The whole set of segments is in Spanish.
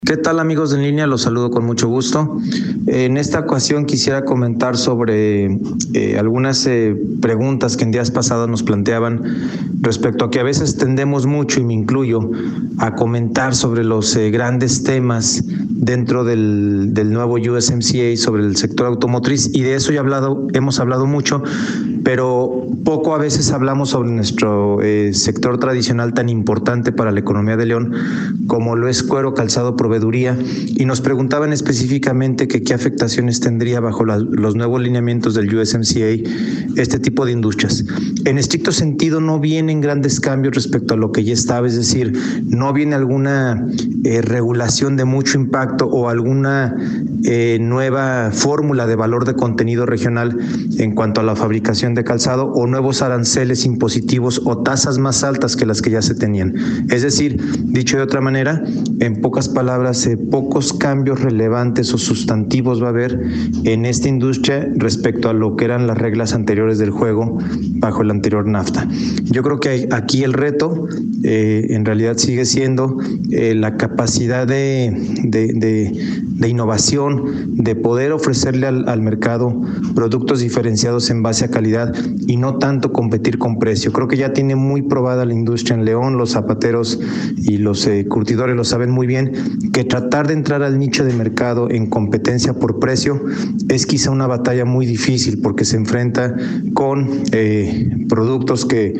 ¿Qué tal, amigos de En Línea? Los saludo con mucho gusto. En esta ocasión quisiera comentar sobre algunas preguntas que en días pasados nos planteaban respecto a que a veces tendemos mucho, y me incluyo, a comentar sobre los grandes temas dentro del nuevo USMCA sobre el sector automotriz, y de eso hemos hablado mucho, pero poco a veces hablamos sobre nuestro sector tradicional tan importante para la economía de León como lo es cuero, calzado, proveeduría, y nos preguntaban específicamente que qué afectaciones tendría bajo los nuevos lineamientos del USMCA este tipo de industrias. En estricto sentido no vienen grandes cambios respecto a lo que ya estaba, es decir, no viene alguna regulación de mucho impacto o alguna nueva fórmula de valor de contenido regional en cuanto a la fabricación de calzado, o nuevos aranceles impositivos o tasas más altas que las que ya se tenían. Es decir, dicho de otra manera, en pocas palabras, pocos cambios relevantes o sustantivos va a haber en esta industria respecto a lo que eran las reglas anteriores del juego bajo el anterior NAFTA. Yo creo que aquí el reto en realidad sigue siendo la capacidad de innovación, de poder ofrecerle al mercado productos diferenciados en base a calidad y no tanto competir con precio. Creo que ya tiene muy probada la industria en León, los zapateros y los curtidores lo saben muy bien, que tratar de entrar al nicho de mercado en competencia por precio es quizá una batalla muy difícil, porque se enfrenta con productos que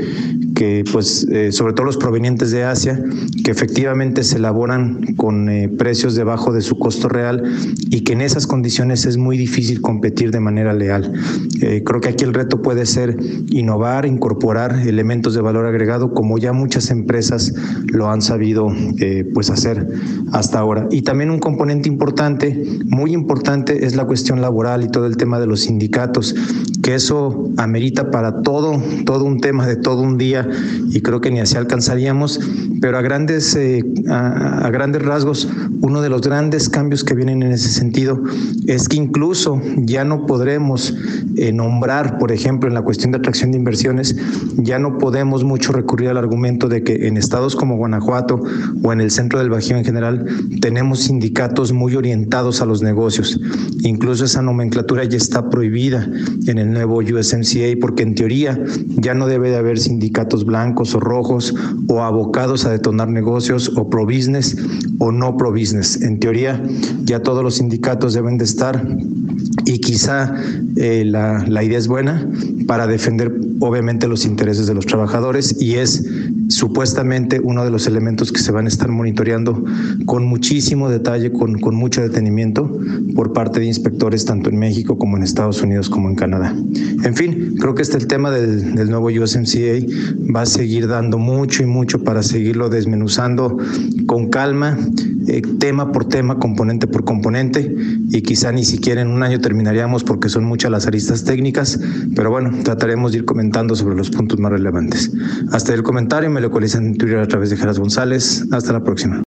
sobre todo los provenientes de Asia, que efectivamente se elaboran con precios debajo de su costo real, y que en esas condiciones es muy difícil competir de manera leal. Creo que aquí el reto puede ser innovar, incorporar elementos de valor agregado, como ya muchas empresas lo han sabido hacer hasta ahora. Y también un componente importante, muy importante, es la cuestión laboral y todo el tema de los sindicatos, que eso amerita para todo un tema de todo un día, y creo que ni así alcanzaríamos, pero a grandes rasgos, uno de los grandes cambios que vienen en ese sentido es que incluso ya no podremos nombrar, por ejemplo, en la cuestión de atracción de inversiones, ya no podemos mucho recurrir al argumento de que en estados como Guanajuato o en el centro del Bajío en general tenemos sindicatos muy orientados a los negocios. Incluso esa nomenclatura ya está prohibida en el nuevo USMCA, porque en teoría ya no debe de haber sindicatos blancos o rojos o abocados a detonar negocios, o pro business o no pro business. En teoría ya todos los sindicatos deben de estar, y quizá la idea es buena para defender obviamente los intereses de los trabajadores, y es supuestamente uno de los elementos que se van a estar monitoreando con muchísimo detalle, con mucho detenimiento por parte de inspectores tanto en México como en Estados Unidos como en Canadá. En fin, creo que el tema del nuevo USMCA va a seguir dando mucho y mucho para seguirlo desmenuzando con calma, tema por tema, componente por componente, y quizá ni siquiera en un año terminaríamos, porque son muchas las aristas técnicas, pero bueno, trataremos de ir comentando sobre los puntos más relevantes. Hasta el comentario, me localizan en Twitter a través de Geras González. Hasta la próxima.